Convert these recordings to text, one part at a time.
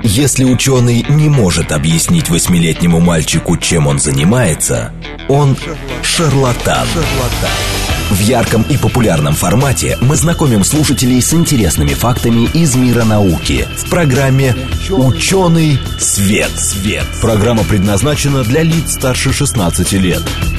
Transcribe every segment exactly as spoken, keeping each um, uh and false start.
Если ученый не может объяснить восьмилетнему мальчику, чем он занимается, он шарлатан. В ярком и популярном формате мы знакомим слушателей с интересными фактами из мира науки в программе «Ученый свет». Свет. Программа предназначена для лиц старше шестнадцати лет.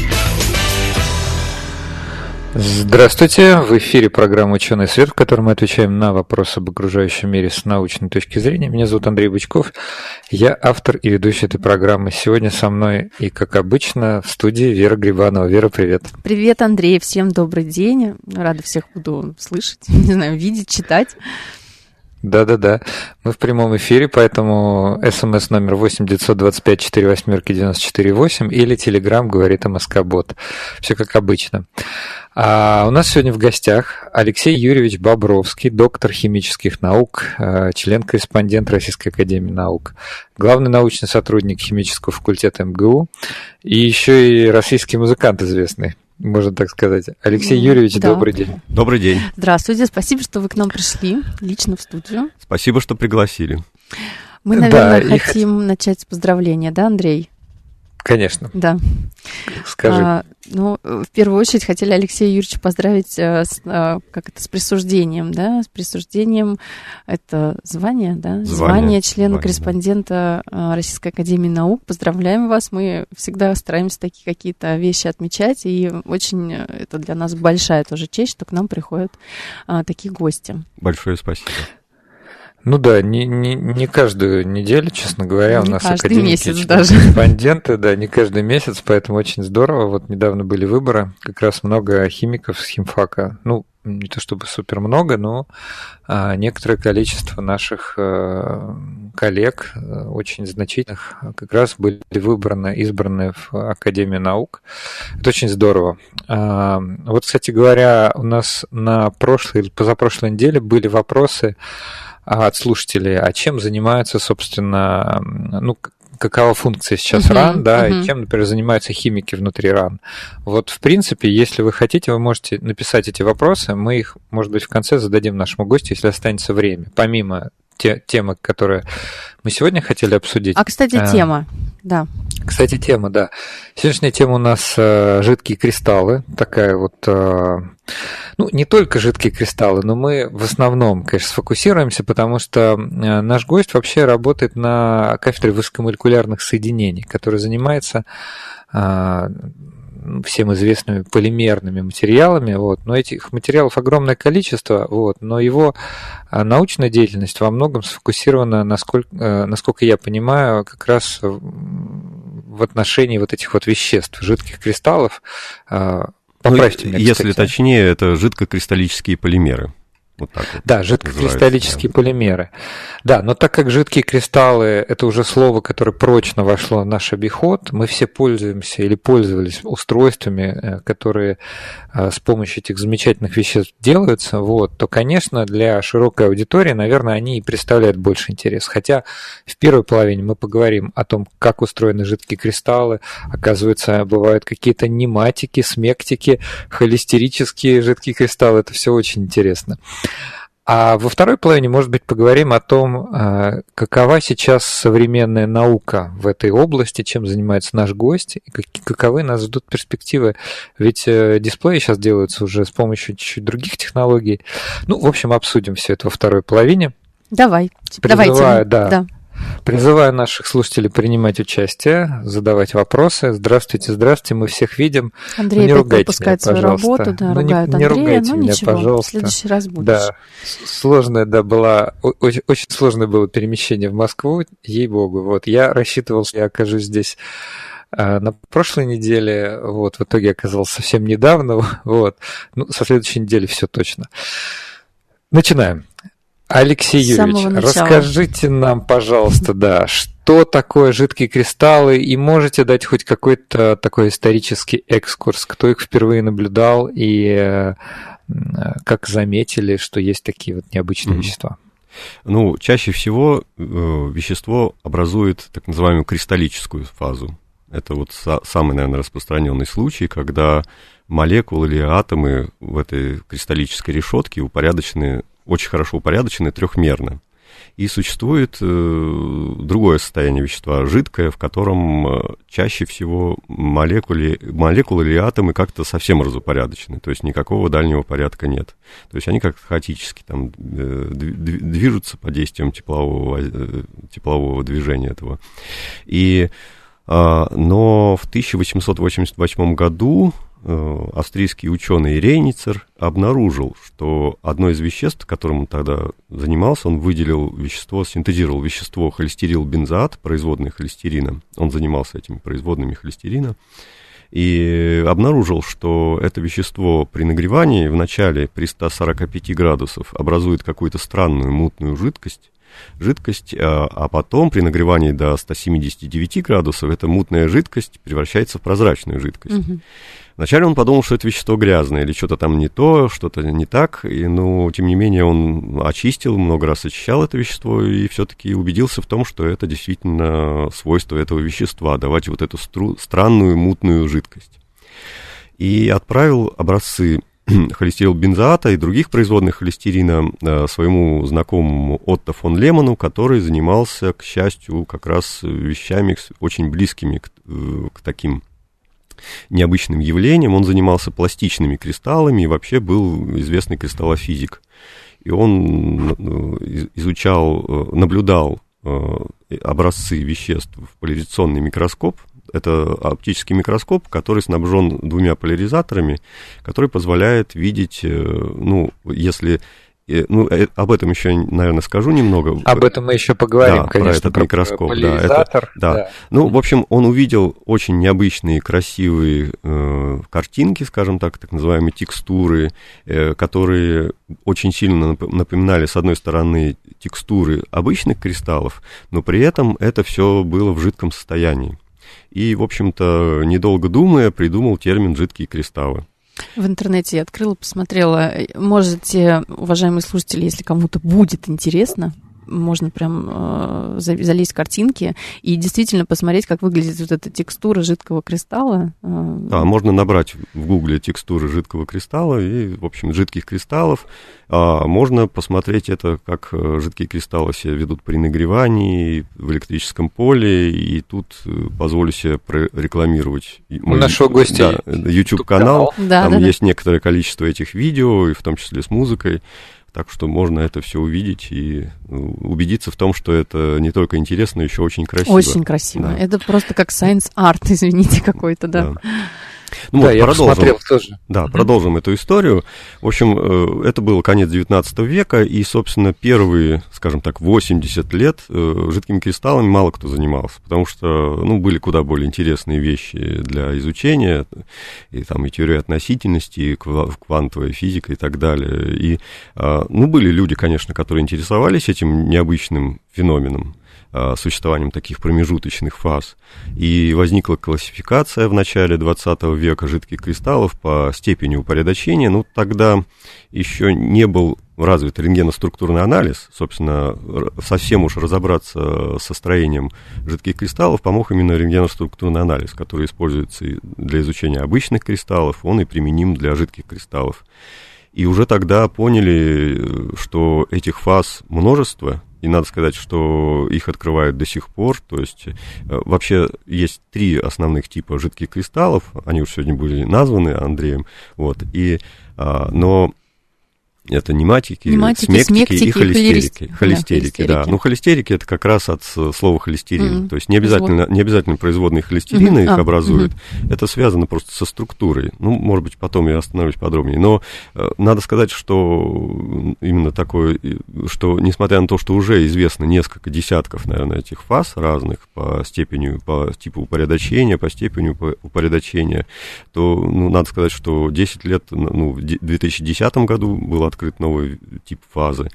Здравствуйте, в эфире программа «Ученый свет», в которой мы отвечаем на вопросы об окружающем мире с научной точки зрения. Меня зовут Андрей Бычков, я автор и ведущий этой программы. Сегодня со мной и, как обычно, в студии Вера Грибанова. Вера, привет. Привет, Андрей, всем добрый день. Рада всех буду слышать, не знаю, видеть, читать. Да-да-да, мы в прямом эфире, поэтому смс номер восемь девятьсот двадцать пять сорок восемь девяносто четыре восемь или телеграм говорит МСК-бот. Все как обычно. А у нас сегодня в гостях Алексей Юрьевич Бобровский, доктор химических наук, член-корреспондент Российской академии наук, главный научный сотрудник химического факультета эм гэ у и еще и российский музыкант известный. Можно так сказать. Алексей Юрьевич, да. Добрый день. Добрый день. Здравствуйте, спасибо, что вы к нам пришли лично в студию. Спасибо, что пригласили. Мы, наверное, да, хотим хот... начать с поздравления, да, Андрей? Конечно. Да. Скажи. А, ну, в первую очередь хотели Алексея Юрьевича поздравить с, как это, с присуждением, да, с присуждением, это звание, да, звание, звание члена-корреспондента да. Российской академии наук. Поздравляем вас, мы всегда стараемся такие какие-то вещи отмечать, и очень это для нас большая тоже честь, что к нам приходят а, такие гости. Большое спасибо. Ну да, не, не, не каждую неделю, честно говоря, не у нас академики, корреспонденты, да, не каждый месяц, поэтому очень здорово. Вот недавно были выборы, как раз много химиков с химфака, ну, не то чтобы супер много, но а, некоторое количество наших а, коллег, а, очень значительных, как раз были выбраны, избраны в Академию наук. Это очень здорово. А, вот, кстати говоря, у нас на прошлой или позапрошлой неделе были вопросы от слушателей, а чем занимаются, собственно, ну, какова функция сейчас uh-huh, ран, да, uh-huh. и чем, например, занимаются химики внутри ран. Вот, в принципе, если вы хотите, вы можете написать эти вопросы, мы их, может быть, в конце зададим нашему гостю, если останется время, помимо те, темы, которые мы сегодня хотели обсудить. А, кстати, а, тема, да. Кстати, тема, да. Сегодняшняя тема у нас э, жидкие кристаллы, такая вот, э, ну, не только жидкие кристаллы, но мы в основном, конечно, сфокусируемся, потому что э, наш гость вообще работает на кафедре высокомолекулярных соединений, который занимается э, всем известными полимерными материалами, вот, но этих материалов огромное количество, вот, но его научная деятельность во многом сфокусирована, насколько, насколько я понимаю, как раз в отношении вот этих вот веществ, жидких кристаллов. Поправьте ну, меня, если кстати. Точнее, это жидкокристаллические полимеры. Вот так вот да, жидкокристаллические да. полимеры. Да, но так как жидкие кристаллы – это уже слово, которое прочно вошло в наш обиход, мы все пользуемся или пользовались устройствами, которые с помощью этих замечательных веществ делаются, вот, то, конечно, для широкой аудитории, наверное, они и представляют больше интерес. Хотя в первой половине мы поговорим о том, как устроены жидкие кристаллы. Оказывается, бывают какие-то нематики, смектики, холестерические жидкие кристаллы. Это все очень интересно. А во второй половине, может быть, поговорим о том, какова сейчас современная наука в этой области, чем занимается наш гость, и каковы нас ждут перспективы. Ведь дисплеи сейчас делаются уже с помощью чуть-чуть других технологий. Ну, в общем, обсудим все это во второй половине. Давай, Призываю, давайте. Да. да. Призываю наших слушателей принимать участие, задавать вопросы. Здравствуйте, здравствуйте, мы всех видим. Андрей ну, не опять ругайте пропускает меня, свою пожалуйста. работу, да, ну, ругают не, не Андрея, ругайте ну меня, ничего, пожалуйста. в следующий раз будешь. Да, сложное, да, было, очень, очень сложное было перемещение в Москву, ей-богу. Вот, я рассчитывал, что я окажусь здесь на прошлой неделе, вот, в итоге оказался совсем недавно, вот. Ну, со следующей недели все точно. Начинаем. Алексей Юрьевич, расскажите нам, пожалуйста, да, что такое жидкие кристаллы, и можете дать хоть какой-то такой исторический экскурс, кто их впервые наблюдал и как заметили, что есть такие вот необычные mm-hmm. вещества? Ну, чаще всего э, вещество образует так называемую кристаллическую фазу. Это вот са- самый, наверное, распространенный случай, когда молекулы или атомы в этой кристаллической решетке упорядочены, очень хорошо упорядочены трехмерно. И существует э, другое состояние вещества, жидкое, в котором э, чаще всего молекулы, молекулы или атомы как-то совсем разупорядочены, то есть никакого дальнего порядка нет. То есть они как-то хаотически там, э, движутся под действием теплового, э, теплового движения этого. И, э, но в тысяча восемьсот восемьдесят восьмом году австрийский ученый Рейницер обнаружил, что одно из веществ, которым он тогда занимался, он выделил вещество, синтезировал вещество холестерилбензоат, производный холестерина. Он занимался этими производными холестерина. И обнаружил, что это вещество при нагревании вначале при ста сорока пяти градусах образует какую-то странную мутную жидкость, жидкость, а потом при нагревании до ста семидесяти девяти градусов эта мутная жидкость превращается в прозрачную жидкость. Угу. Вначале он подумал, что это вещество грязное, или что-то там не то, что-то не так, и, но, тем не менее, он очистил, много раз очищал это вещество, и все-таки убедился в том, что это действительно свойство этого вещества, давать вот эту стру- странную мутную жидкость. И отправил образцы холестерилбензоата и других производных холестерина своему знакомому Отто фон Леману, который занимался, к счастью, как раз вещами очень близкими к, к таким необычным явлениям. Он занимался пластичными кристаллами и вообще был известный кристаллофизик. И он изучал, наблюдал образцы веществ в поляризационный микроскоп. Это оптический микроскоп, который снабжен двумя поляризаторами, который позволяет видеть, ну, если... Ну, об этом еще, наверное, скажу немного. Об этом мы еще поговорим, да, конечно, про этот микроскоп. Поляризатор. Да, это, да. Да. Ну, в общем, он увидел очень необычные, красивые э, картинки, скажем так, так называемые текстуры, э, которые очень сильно напоминали, с одной стороны, текстуры обычных кристаллов, но при этом это все было в жидком состоянии. И, в общем-то, недолго думая, придумал термин «жидкие кристаллы». В интернете я открыла, посмотрела. Можете, уважаемые слушатели, если кому-то будет интересно, можно прям э, залезть в картинки и действительно посмотреть, как выглядит вот эта текстура жидкого кристалла. Да, можно набрать в гугле текстуры жидкого кристалла и, в общем, жидких кристаллов. А можно посмотреть это, как жидкие кристаллы себя ведут при нагревании, в электрическом поле. И тут позволю себе прорекламировать мой, нашего гостя да, YouTube-канал. Да, Там да, есть да. некоторое количество этих видео, и в том числе с музыкой. Так что можно это все увидеть и убедиться в том, что это не только интересно, но еще очень красиво. Очень красиво. Да. Это просто как science-art, извините, какой-то, да. да. Ну, да, вот, я продолжим. посмотрел тоже. Да, продолжим эту историю. В общем, это был конец девятнадцатого века, и, собственно, первые, скажем так, восемьдесят лет жидкими кристаллами мало кто занимался, потому что, ну, были куда более интересные вещи для изучения, и там и теория относительности, и квантовая физика и так далее. И, ну, были люди, конечно, которые интересовались этим необычным феноменом, существованием таких промежуточных фаз. И возникла классификация в начале двадцатого века жидких кристаллов по степени упорядочения. Ну, тогда еще не был развит рентгеноструктурный анализ. Собственно, совсем уж разобраться со строением жидких кристаллов помог именно рентгеноструктурный анализ, который используется для изучения обычных кристаллов, он и применим для жидких кристаллов. И уже тогда поняли, что этих фаз множество, и надо сказать, что их открывают до сих пор. То есть вообще есть три основных типа жидких кристаллов, они уже сегодня были названы Андреем, вот, и, но это нематики, нематики смектики, смектики и холестерики. Да, холестерики, да. Ну, холестерики — это как раз от слова холестерин. Mm-hmm. То есть не обязательно, не обязательно производные холестерины mm-hmm. их а, образуют. Mm-hmm. Это связано просто со структурой. Ну, может быть, потом я остановлюсь подробнее. Но э, надо сказать, что именно такое, что несмотря на то, что уже известно несколько десятков, наверное, этих фаз разных по степени, по типу упорядочения, по степени упорядочения, то, ну, надо сказать, что десять лет, ну, в две тысячи десятом году было открыт новый тип фазы,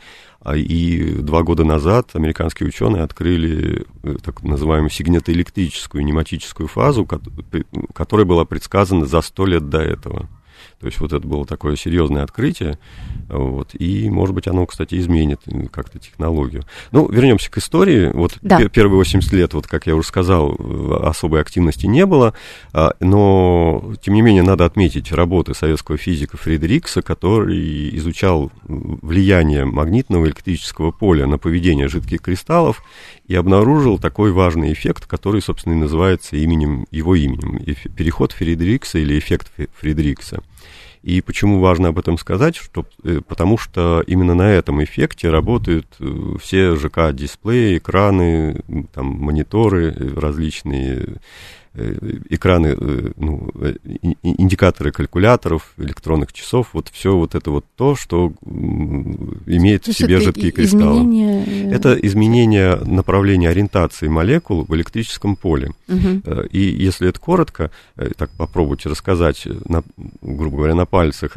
и два года назад американские ученые открыли так называемую сигнатоэлектрическую нематическую фазу, которая была предсказана за сто лет до этого. То есть вот это было такое серьезное открытие, вот, и, может быть, оно, кстати, изменит как-то технологию. Ну, вернемся к истории. Вот да. Первые восемьдесят лет, вот, как я уже сказал, особой активности не было, но, тем не менее, надо отметить работы советского физика Фридрикса, который изучал влияние магнитного электрического поля на поведение жидких кристаллов и обнаружил такой важный эффект, который, собственно, и называется именем, его именем, переход Фридрикса или эффект Фридрикса. И почему важно об этом сказать? Что, потому что именно на этом эффекте работают все ЖК-дисплеи, экраны, там, мониторы различные, экраны, ну, индикаторы калькуляторов, электронных часов, вот все вот это вот то, что имеет в себе жидкие кристаллы. Изменение... Это изменение направления ориентации молекул в электрическом поле. Угу. И если это коротко, так попробуйте рассказать, на, грубо говоря, на пальцах,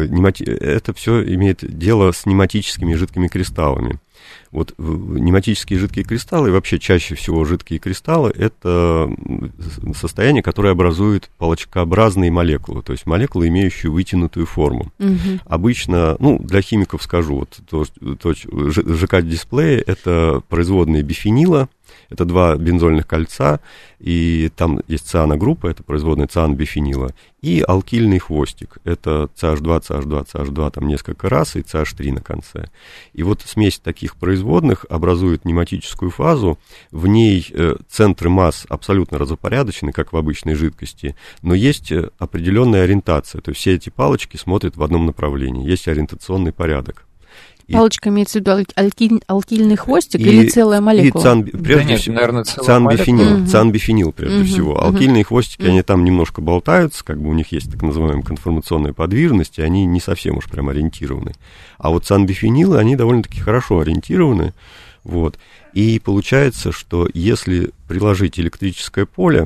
это все имеет дело с нематическими жидкими кристаллами. Вот нематические жидкие кристаллы, и вообще чаще всего жидкие кристаллы, это состояние, которое образует палочкообразные молекулы, то есть молекулы, имеющие вытянутую форму. Угу. Обычно, ну, для химиков скажу, вот то, то, ЖК-дисплеи — это производные бифенила, это два бензольных кольца, и там есть цианогруппа, это производная цианбифенила, и алкильный хвостик, это си эйч два, си эйч два, си эйч два, там несколько раз, и си эйч три на конце. И вот смесь таких производных образует нематическую фазу, в ней э, центры масс абсолютно разупорядочены, как в обычной жидкости, но есть определенная ориентация, то есть все эти палочки смотрят в одном направлении, есть ориентационный порядок. Палочка имеется в виду алкиль, алкильный хвостик и, или целая молекула? И циан, прежде да нет, всего, наверное, цианбифенил, угу. цианбифенил прежде угу. всего. Угу. Алкильные хвостики, угу. они там немножко болтаются, как бы у них есть так называемая конформационная подвижность, и они не совсем уж прям ориентированы. А вот цианбифенилы, они довольно-таки хорошо ориентированы. Вот. И получается, что если приложить электрическое поле,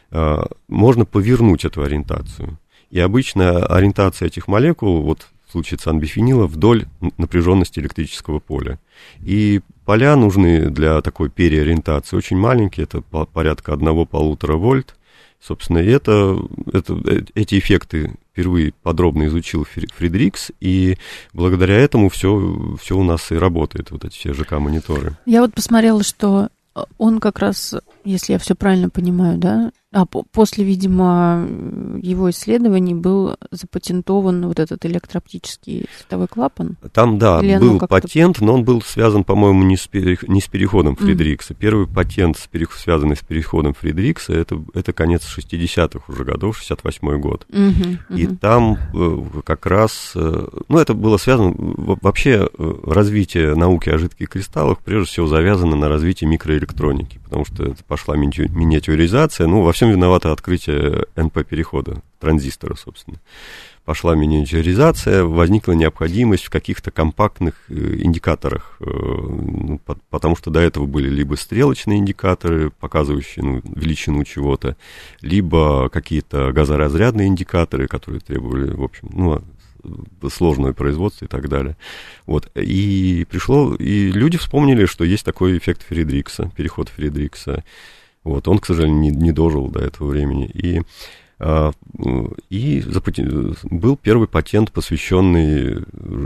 можно повернуть эту ориентацию. И обычно ориентация этих молекул, вот в случае цианбифенила, вдоль напряженности электрического поля. И поля нужны для такой переориентации очень маленькие, это порядка одного-полутора вольт. Собственно, это, это, эти эффекты впервые подробно изучил Фридрикс, и благодаря этому все, все у нас и работает, вот эти все ЖК-мониторы. Я вот посмотрела, что он как раз, если я все правильно понимаю, да, а после, видимо, его исследований был запатентован вот этот электрооптический световой клапан? Там, да, Или был патент, но он был связан, по-моему, не с, пере... не с переходом Фридрикса. Mm. Первый патент, связанный с переходом Фридрикса, это, это конец шестидесятых уже годов, шестьдесят восьмой год. Mm-hmm. Mm-hmm. И там как раз, ну, это было связано, вообще развитие науки о жидких кристаллах, прежде всего, завязано на развитии микроэлектроники, потому что это пошла миниатюризация, ну, во всем виновато открытие эн пэ-перехода, транзистора, собственно. Пошла миниатюризация, возникла необходимость в каких-то компактных индикаторах, ну, потому что до этого были либо стрелочные индикаторы, показывающие ну, величину чего-то, либо какие-то газоразрядные индикаторы, которые требовали, в общем, ну, сложное производство и так далее. Вот. И пришло, и люди вспомнили, что есть такой эффект Фридрикса, переход Фридрикса. Вот. Он, к сожалению, не, не дожил до этого времени. И, а, и был первый патент, посвященный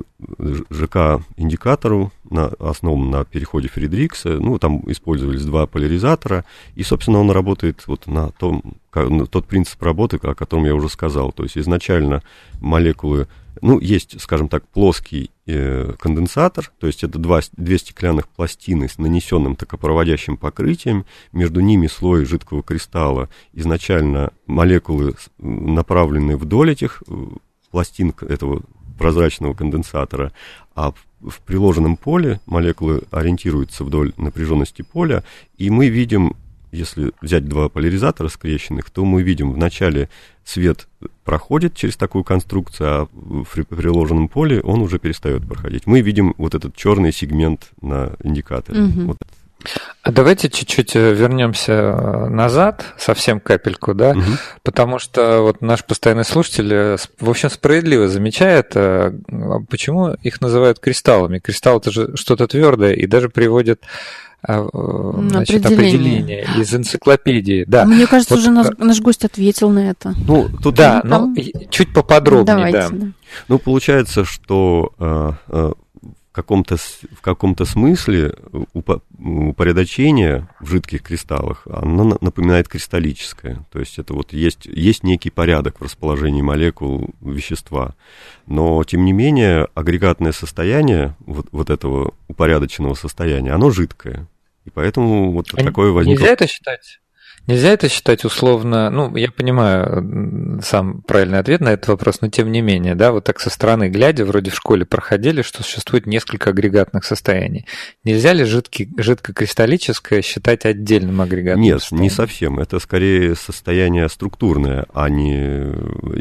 ЖК-индикатору, на, основанном на переходе Фридрикса. Ну, там использовались два поляризатора, и, собственно, он работает вот на том, на тот принцип работы, о котором я уже сказал. То есть изначально молекулы, ну, есть, скажем так, плоский э, конденсатор, то есть это два, две стеклянных пластины с нанесенным токопроводящим покрытием, между ними слой жидкого кристалла. Изначально молекулы направлены вдоль этих пластин этого прозрачного конденсатора, а в, в приложенном поле молекулы ориентируются вдоль напряженности поля, и мы видим, если взять два поляризатора скрещенных, то мы видим, вначале свет проходит через такую конструкцию, а в приложенном поле он уже перестает проходить. Мы видим вот этот черный сегмент на индикаторе. Угу. Вот. Давайте чуть-чуть вернемся назад, совсем капельку, да, угу. Потому что вот наш постоянный слушатель, в общем, справедливо замечает, почему их называют кристаллами. Кристалл – это же что-то твердое, и даже приводят значит, определение. определение из энциклопедии. Да. Мне кажется, вот, уже наш, наш гость ответил на это. Ну, тут да, ну, чуть поподробнее. Давайте, да. Да. Ну, получается, что э, э, в каком-то, в каком-то смысле упорядочение в жидких кристаллах, оно напоминает кристаллическое. То есть это вот есть, есть некий порядок в расположении молекул вещества. Но, тем не менее, агрегатное состояние вот, вот этого упорядоченного состояния, оно жидкое. И поэтому вот а такое возникло... Нельзя это считать? Нельзя это считать условно, ну, я понимаю сам правильный ответ на этот вопрос, но тем не менее, да, вот так со стороны глядя, вроде в школе проходили, что существует несколько агрегатных состояний. Нельзя ли жидкий, жидкокристаллическое считать отдельным агрегатным Нет, состоянием? не совсем. Это скорее состояние структурное, а не...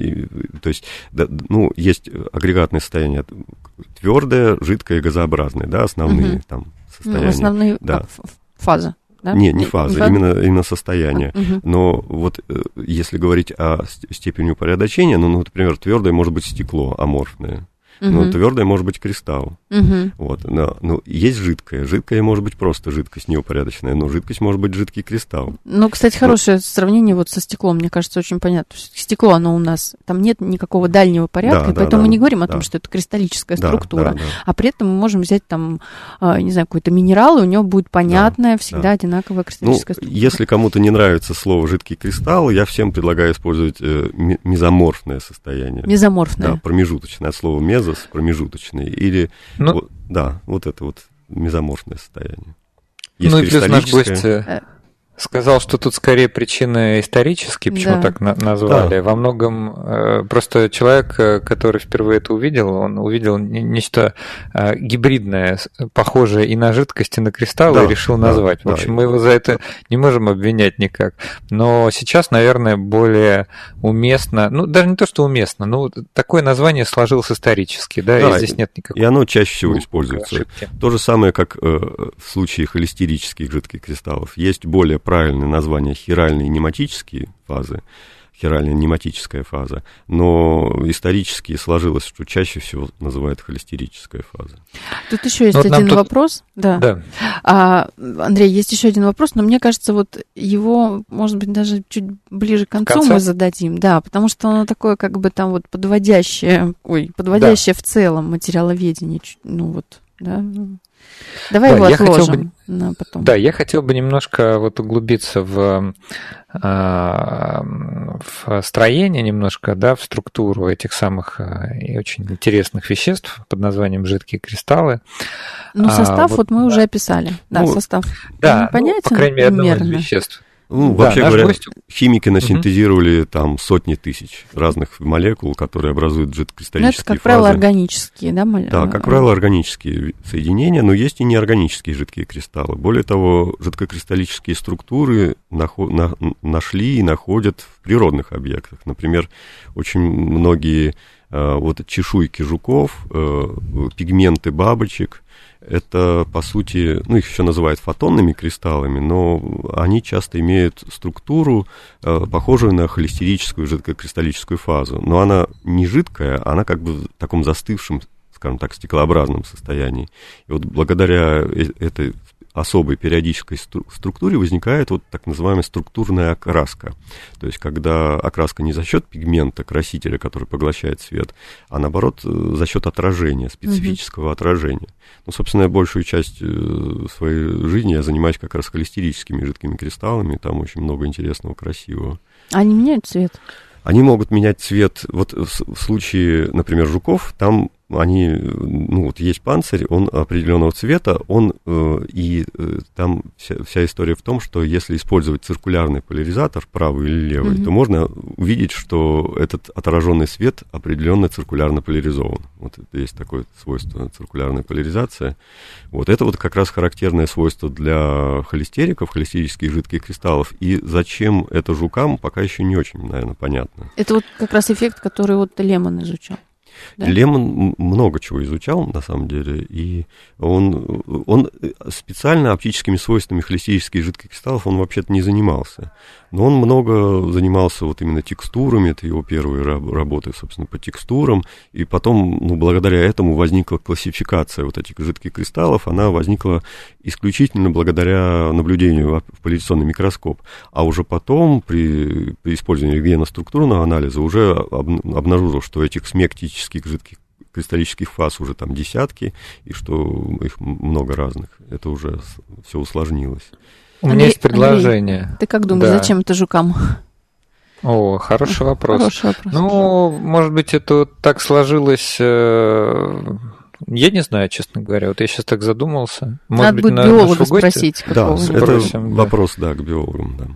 То есть, ну, есть агрегатное состояние твердое, жидкое и газообразное, да, основные угу. там состояния. Ну, основные да. фазы. Да? Не, не фаза, да? именно, именно состояние. Uh-huh. Но вот если говорить о степени упорядочения, ну, например, твердое может быть стекло аморфное. Uh-huh. Но твердое может быть кристалл. Uh-huh. Вот, но, но есть жидкое. Жидкое может быть просто жидкость неупорядоченная, но жидкость может быть жидкий кристалл. Ну, кстати, хорошее но... сравнение вот со стеклом, мне кажется, очень понятно. Стекло, оно у нас, там нет никакого дальнего порядка, да, и да, поэтому да, мы не говорим да. о том, что это кристаллическая да, структура, да, да. а при этом мы можем взять там, не знаю, какой-то минерал, и у него будет понятная, да, всегда да. одинаковая кристаллическая ну, структура. Если кому-то не нравится слово «жидкий кристалл», я всем предлагаю использовать э, мезоморфное состояние. Мезоморфное. Да, промежуточное, от слова «мезос» — промежуточное. Или, ну, вот, да, вот это вот мезоморфное состояние. Есть ну и плюс наш гость сказал, что тут скорее причины исторические, почему да. так на- назвали. Да. Во многом э, просто человек, который впервые это увидел, он увидел нечто э, гибридное, похожее и на жидкость, и на кристаллы, да, и решил да, назвать. В общем, да. мы его за это не можем обвинять никак. Но сейчас, наверное, более уместно, ну, даже не то, что уместно, но такое название сложилось исторически, да, да и здесь нет никакого... И оно чаще всего используется. Ошибки. То же самое, как э, в случае холестерических жидких кристаллов. Есть более правильное название хиральные нематические фазы, хиральная нематическая фаза, но исторически сложилось, что чаще всего называют холестерическая фаза. Тут еще есть вот один тут... вопрос. Да. да. А, Андрей, есть еще один вопрос, но мне кажется, вот его, может быть, даже чуть ближе к концу мы зададим. Да, потому что оно такое, как бы там вот подводящее, ой, подводящее да. в целом материаловедение, ну вот, да. Давай да, его отложим бы, на потом. Да, я хотел бы немножко вот углубиться в, в строение немножко, да, в структуру этих самых и очень интересных веществ под названием жидкие кристаллы. Ну, состав а, вот, вот мы да. уже описали. Да, ну, состав да, понятен, ну, по крайней мере, одного из веществ. Ну, да, вообще говоря, гость... химики насинтезировали угу. там сотни тысяч разных молекул, которые образуют жидкокристаллические фазы. Это, как правило, органические, да? Да, как правило, органические соединения, но есть и неорганические жидкие кристаллы. Более того, жидкокристаллические структуры наход... на... нашли и находят в природных объектах. Например, очень многие э, вот чешуйки жуков, э, пигменты бабочек, это, по сути, ну, их еще называют фотонными кристаллами, но они часто имеют структуру, э, похожую на холестерическую жидкокристаллическую фазу. Но она не жидкая, она как бы в таком застывшем, скажем так, стеклообразном состоянии. И вот благодаря этой особой периодической структуре возникает вот так называемая структурная окраска. То есть, когда окраска не за счет пигмента, красителя, который поглощает свет, а наоборот за счет отражения, специфического mm-hmm. отражения. Ну, собственно, большую часть своей жизни я занимаюсь как раз холестерическими жидкими кристаллами, там очень много интересного, красивого. Они меняют цвет? Они могут менять цвет. Вот в случае, например, жуков, там они, ну вот есть панцирь, он определенного цвета, он э, и э, там вся, вся история в том, что если использовать циркулярный поляризатор, правый или левый, mm-hmm. то можно увидеть, что этот отраженный свет определенно циркулярно поляризован. Вот это есть такое свойство циркулярная поляризация. Вот это вот как раз характерное свойство для холестериков, холестерических жидких кристаллов. И зачем это жукам, пока еще не очень, наверное, понятно. Это вот как раз эффект, который вот Лемон изучал. Да? Лемон много чего изучал, на самом деле, и он, он специально оптическими свойствами холестерических жидких кристаллов он вообще-то не занимался. Но он много занимался вот именно текстурами, это его первые работы, собственно, по текстурам, и потом, ну, благодаря этому возникла классификация вот этих жидких кристаллов, она возникла исключительно благодаря наблюдению в поляризационный микроскоп, а уже потом при, при использовании рентгеноструктурного анализа уже об, обнаружил, что этих смектических жидких кристаллических фаз уже там десятки, и что их много разных, это уже все усложнилось. У меня Андрей, есть предложение. Андрей, ты как думаешь, да. Зачем это жукам? О, хороший вопрос. Хороший вопрос. Ну, может быть, это так сложилось... Я не знаю, честно говоря. Вот я сейчас так задумался. Может Надо быть, будет на биолога спросить. Да, это Спросим, вопрос, да, к биологам. Да.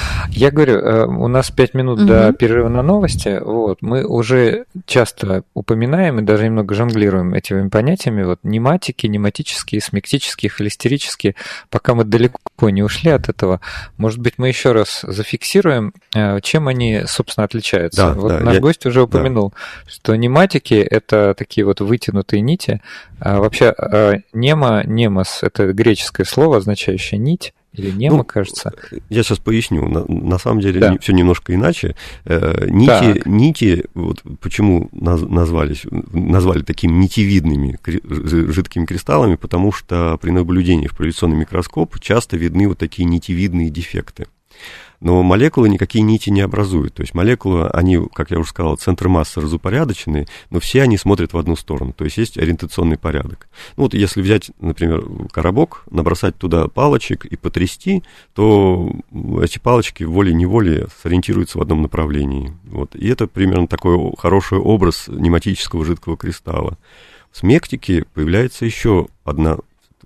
Я говорю, у нас пять минут угу. до перерыва на новости. Вот, мы уже часто упоминаем и даже немного жонглируем этими понятиями. Вот, нематики, нематические, смектические, холестерические. Пока мы далеко не ушли от этого, может быть, мы еще раз зафиксируем, чем они, собственно, отличаются. Да, вот да, наш я... гость уже упомянул, да. что нематики – это такие вот вытянутые нити. А вообще, нема, немос – это греческое слово, означающее нить, или нема, ну, кажется. Я сейчас поясню. На, на самом деле да. не, все немножко иначе. Э, нити, нити, вот почему наз, назвались, назвали такими нитевидными жидкими кристаллами, потому что при наблюдении в поляризационный микроскоп часто видны вот такие нитевидные дефекты. Но молекулы никакие нити не образуют. То есть молекулы, они, как я уже сказал, центры массы разупорядоченные, но все они смотрят в одну сторону. То есть есть ориентационный порядок. Ну вот если взять, например, коробок, набросать туда палочек и потрясти, то эти палочки волей-неволей сориентируются в одном направлении. Вот. И это примерно такой хороший образ нематического жидкого кристалла. В смектике появляется еще одна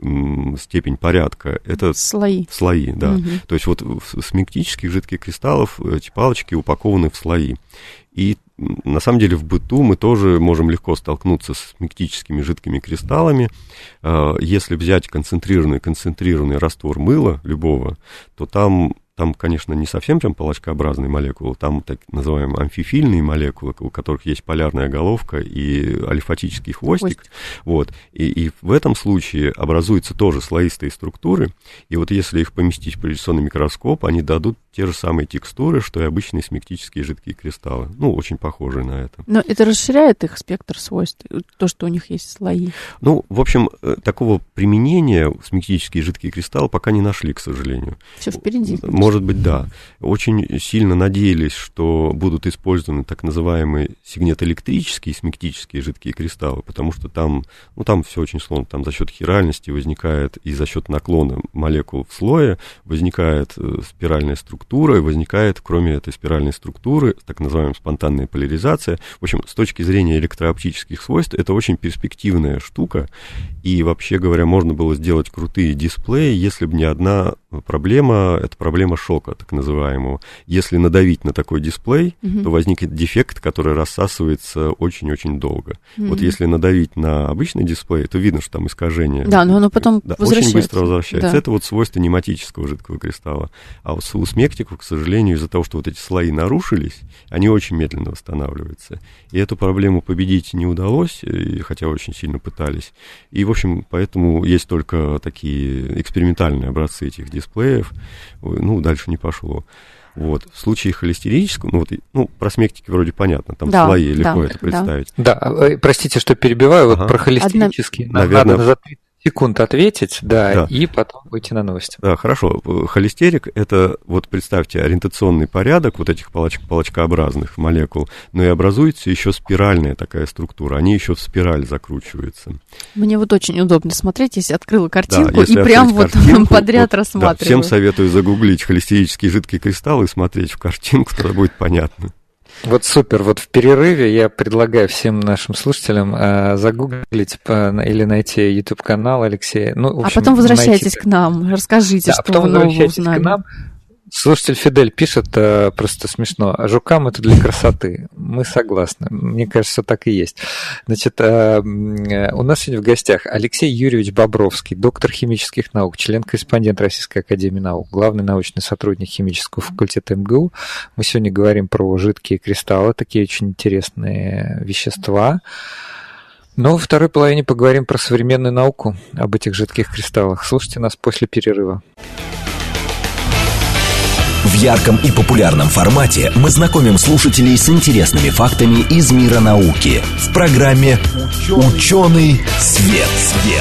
степень порядка, это слои. Слои, да. Угу. То есть вот в смектических жидких кристаллов эти палочки упакованы в слои. И на самом деле в быту мы тоже можем легко столкнуться с смектическими жидкими кристаллами. Если взять концентрированный, концентрированный раствор мыла любого, то там... Там, конечно, не совсем прям палочкообразные молекулы, там так называемые амфифильные молекулы, у которых есть полярная головка и алифатический хвостик. Хвостик. Вот. И, и в этом случае образуются тоже слоистые структуры, и вот если их поместить в поляризационный микроскоп, они дадут те же самые текстуры, что и обычные смектические жидкие кристаллы. Ну, очень похожие на это. Но это расширяет их спектр свойств, то, что у них есть слои? Ну, в общем, такого применения смектические жидкие кристаллы пока не нашли, к сожалению. Все впереди. Может быть, да. Очень сильно надеялись, что будут использованы так называемые сигнетоэлектрические смектические жидкие кристаллы, потому что там, ну, там все очень сложно. Там за счет хиральности возникает и за счет наклона молекул в слое возникает спиральная структура, и возникает, кроме этой спиральной структуры, так называемая спонтанная поляризация. В общем, с точки зрения электрооптических свойств, это очень перспективная штука, и, вообще говоря, можно было сделать крутые дисплеи, если бы не одна проблема, это проблема шока, так называемого. Если надавить на такой дисплей, mm-hmm. то возникнет дефект, который рассасывается очень-очень долго. Mm-hmm. Вот если надавить на обычный дисплей, то видно, что там искажение. Да, но оно потом да, возвращается. Очень быстро возвращается. Да. Это вот свойство нематического жидкого кристалла. А вот у смектиков, к сожалению, из-за того, что вот эти слои нарушились, они очень медленно восстанавливаются. И эту проблему победить не удалось, хотя очень сильно пытались. И, в общем, поэтому есть только такие экспериментальные образцы этих дисплеев. Ну, дальше не пошло. Вот. В случае холестерического, ну, вот, ну, про смектики вроде понятно, там да, слои, легко да, это представить. Да. да, простите, что перебиваю, ага. вот про холестерические Одна... Наверное... надо за тридцать секунд ответить, да, да, и потом выйти на новости. Да, хорошо. Холестерик – это, вот представьте, ориентационный порядок вот этих палоч- палочкообразных молекул, но и образуется еще спиральная такая структура, они еще в спираль закручиваются. Мне вот очень удобно смотреть, если открыла картинку да, если и прям вот подряд вот, рассматриваю. Да, всем советую загуглить холестерический жидкий кристалл и смотреть в картинку, тогда будет понятно. Вот супер, вот в перерыве я предлагаю всем нашим слушателям э, загуглить э, или найти YouTube-канал Алексея. Ну, в общем, а потом возвращайтесь найти... к нам, расскажите, да, что а потом вы нового возвращайтесь узнали. К нам. Слушатель Фидель пишет, просто смешно, а жукам это для красоты. Мы согласны. Мне кажется, так и есть. Значит, у нас сегодня в гостях Алексей Юрьевич Бобровский, доктор химических наук, член-корреспондент Российской академии наук, главный научный сотрудник химического факультета эм гэ у. Мы сегодня говорим про жидкие кристаллы, такие очень интересные вещества. Но во второй половине поговорим про современную науку об этих жидких кристаллах. Слушайте нас после перерыва. В ярком и популярном формате мы знакомим слушателей с интересными фактами из мира науки в программе «Ученый свет». свет.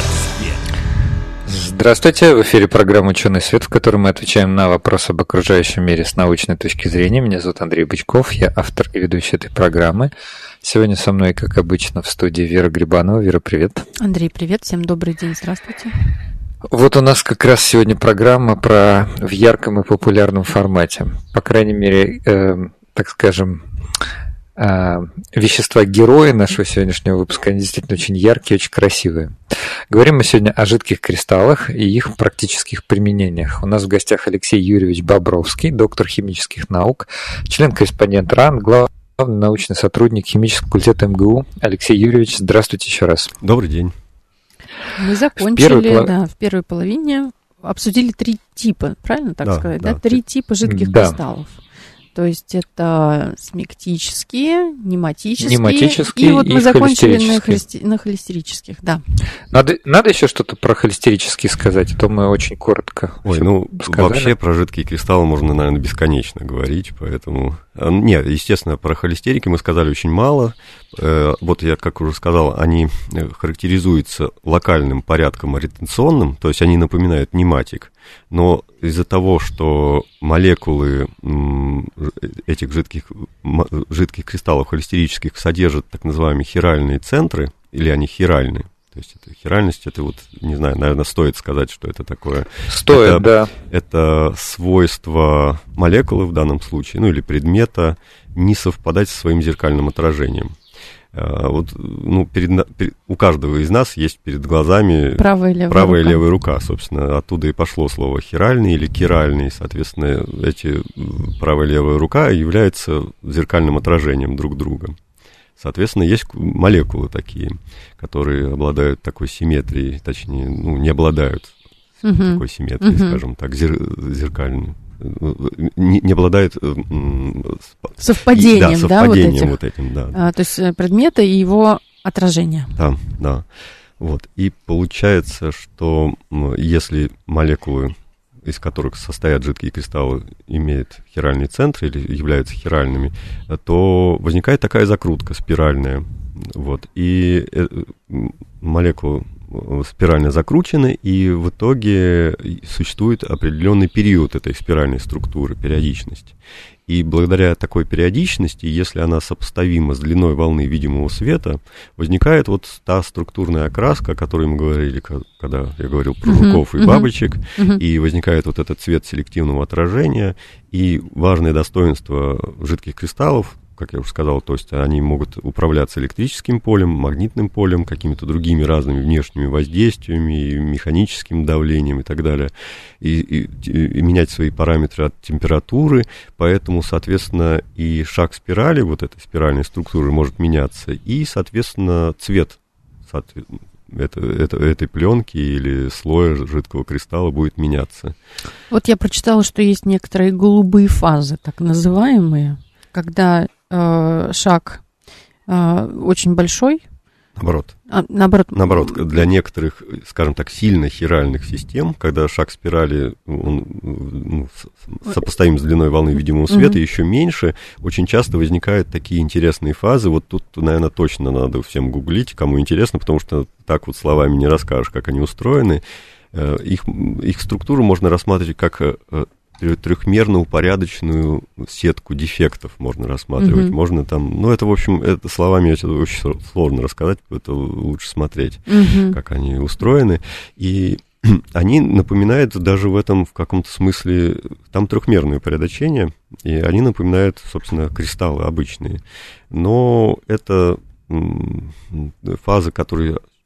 Здравствуйте, в эфире программа «Ученый свет», в которой мы отвечаем на вопросы об окружающем мире с научной точки зрения. Меня зовут Андрей Бычков, я автор и ведущий этой программы. Сегодня со мной, как обычно, в студии Вера Грибанова. Вера, привет. Андрей, привет, всем добрый день, здравствуйте. Вот у нас как раз сегодня программа про в ярком и популярном формате. По крайней мере, э, так скажем, э, вещества-герои нашего сегодняшнего выпуска, они действительно очень яркие, очень красивые. Говорим мы сегодня о жидких кристаллах и их практических применениях. У нас в гостях Алексей Юрьевич Бобровский, доктор химических наук, член-корреспондент РАН, главный научный сотрудник химического факультета эм гэ у. Алексей Юрьевич, здравствуйте еще раз. Добрый день. Мы закончили, в да, в первой половине, обсудили три типа, правильно так да, сказать? Да, да? Три типа жидких да. кристаллов. То есть это смектические, нематические, нематические и вот мы закончили на, холести... на холестерических, да. Надо, надо еще что-то про холестерические сказать, а то мы очень коротко. Ой, ну сказали. Вообще про жидкие кристаллы можно, наверное, бесконечно говорить, поэтому... Нет, естественно, про холестерики мы сказали очень мало. Вот я, как уже сказал, они характеризуются локальным порядком ретенционным, то есть они напоминают нематик, но из-за того, что молекулы этих жидких, жидких кристаллов холестерических содержат так называемые хиральные центры, или они хиральные, то есть это хиральность, это вот, не знаю, наверное, стоит сказать, что это такое. Стоит, это, да. Это свойство молекулы в данном случае, ну или предмета, не совпадать со своим зеркальным отражением. Вот, ну, перед, перед, у каждого из нас есть перед глазами правая и левая, правая рука. и левая рука. Собственно, оттуда и пошло слово хиральный или киральный. Соответственно, эти правая и левая рука являются зеркальным отражением друг друга. Соответственно, есть молекулы такие, которые обладают такой симметрией, точнее, ну, не обладают uh-huh. такой симметрией, uh-huh. скажем так, зер- зеркальной. Не, не обладают совпадением, да, совпадением вот, вот этим, да. А, то есть предмета и его отражение. Да, да. Вот. И получается, что если молекулы, из которых состоят жидкие кристаллы, имеют хиральный центр или являются хиральными, то возникает такая закрутка спиральная. Вот. И молекулы спирально закручены, и в итоге существует определенный период этой спиральной структуры, периодичность. И благодаря такой периодичности, если она сопоставима с длиной волны видимого света, возникает вот та структурная окраска, о которой мы говорили, когда я говорил про uh-huh, жуков и uh-huh, бабочек, uh-huh. и возникает вот этот цвет селективного отражения, и важное достоинство жидких кристаллов, как я уже сказал, то есть они могут управляться электрическим полем, магнитным полем, какими-то другими разными внешними воздействиями, механическим давлением и так далее, и, и, и менять свои параметры от температуры, поэтому, соответственно, и шаг спирали, вот этой спиральной структуры может меняться, и, соответственно, цвет это, это, этой пленки или слоя жидкого кристалла будет меняться. Вот я прочитала, что есть некоторые голубые фазы, так называемые, когда э, шаг э, очень большой. Наоборот. А, наоборот. Наоборот, для некоторых, скажем так, сильно хиральных систем, когда шаг спирали он, ну, сопоставим с длиной волны видимого света, mm-hmm. еще меньше, очень часто возникают такие интересные фазы. Вот тут, наверное, точно надо всем гуглить, кому интересно, потому что так вот словами не расскажешь, как они устроены. Их, их структуру можно рассматривать как трехмерно упорядоченную сетку дефектов можно рассматривать. Mm-hmm. Можно там, ну, это, в общем, это словами это очень сложно рассказать, это лучше смотреть, mm-hmm. как они устроены. И они напоминают даже в этом, в каком-то смысле, там трехмерное упорядочение, и они напоминают, собственно, кристаллы обычные. Но это фазы, которые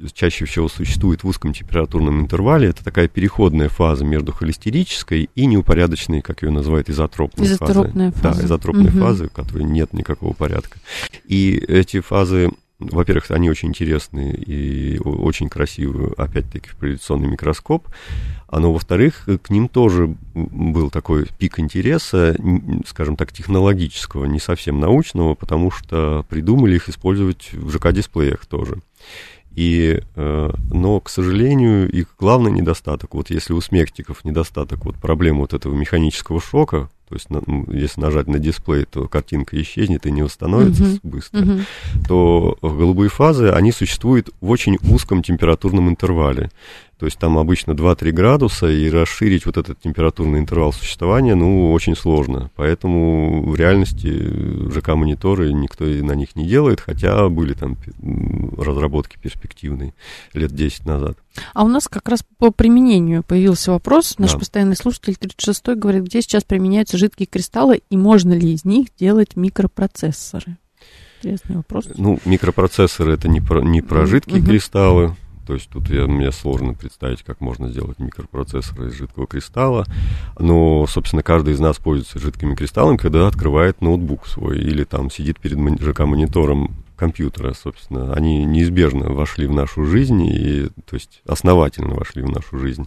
чаще всего существует в узком температурном интервале. Это такая переходная фаза между холестерической и неупорядоченной, как ее называют, изотропной фазой. Изотропная фаза. Да, изотропной угу. фазы, в которой нет никакого порядка. И эти фазы, во-первых, они очень интересные и очень красивые, опять-таки, в проекционный микроскоп. А но, во-вторых, к ним тоже был такой пик интереса, скажем так, технологического, не совсем научного, потому что придумали их использовать в ЖК-дисплеях тоже. И, но, к сожалению, их главный недостаток, вот если у смектиков недостаток вот проблемы вот этого механического шока, то есть если нажать на дисплей, то картинка исчезнет и не восстановится uh-huh. быстро, uh-huh. то голубые фазы, они существуют в очень узком температурном интервале. То есть там обычно два-три градуса, и расширить вот этот температурный интервал существования, ну, очень сложно. Поэтому в реальности ЖК-мониторы никто на них не делает, хотя были там разработки перспективные лет десять назад. А у нас как раз по применению появился вопрос. Наш да. постоянный слушатель тридцать шестой говорит, где сейчас применяются жидкие кристаллы, и можно ли из них делать микропроцессоры? Интересный вопрос. Ну, микропроцессоры — это не про, не про жидкие uh-huh. кристаллы. То есть тут я, мне сложно представить, как можно сделать микропроцессор из жидкого кристалла. Но, собственно, каждый из нас пользуется жидкими кристаллами, когда открывает ноутбук свой или там сидит перед ЖК-монитором компьютера, собственно. Они неизбежно вошли в нашу жизнь, и, то есть основательно вошли в нашу жизнь.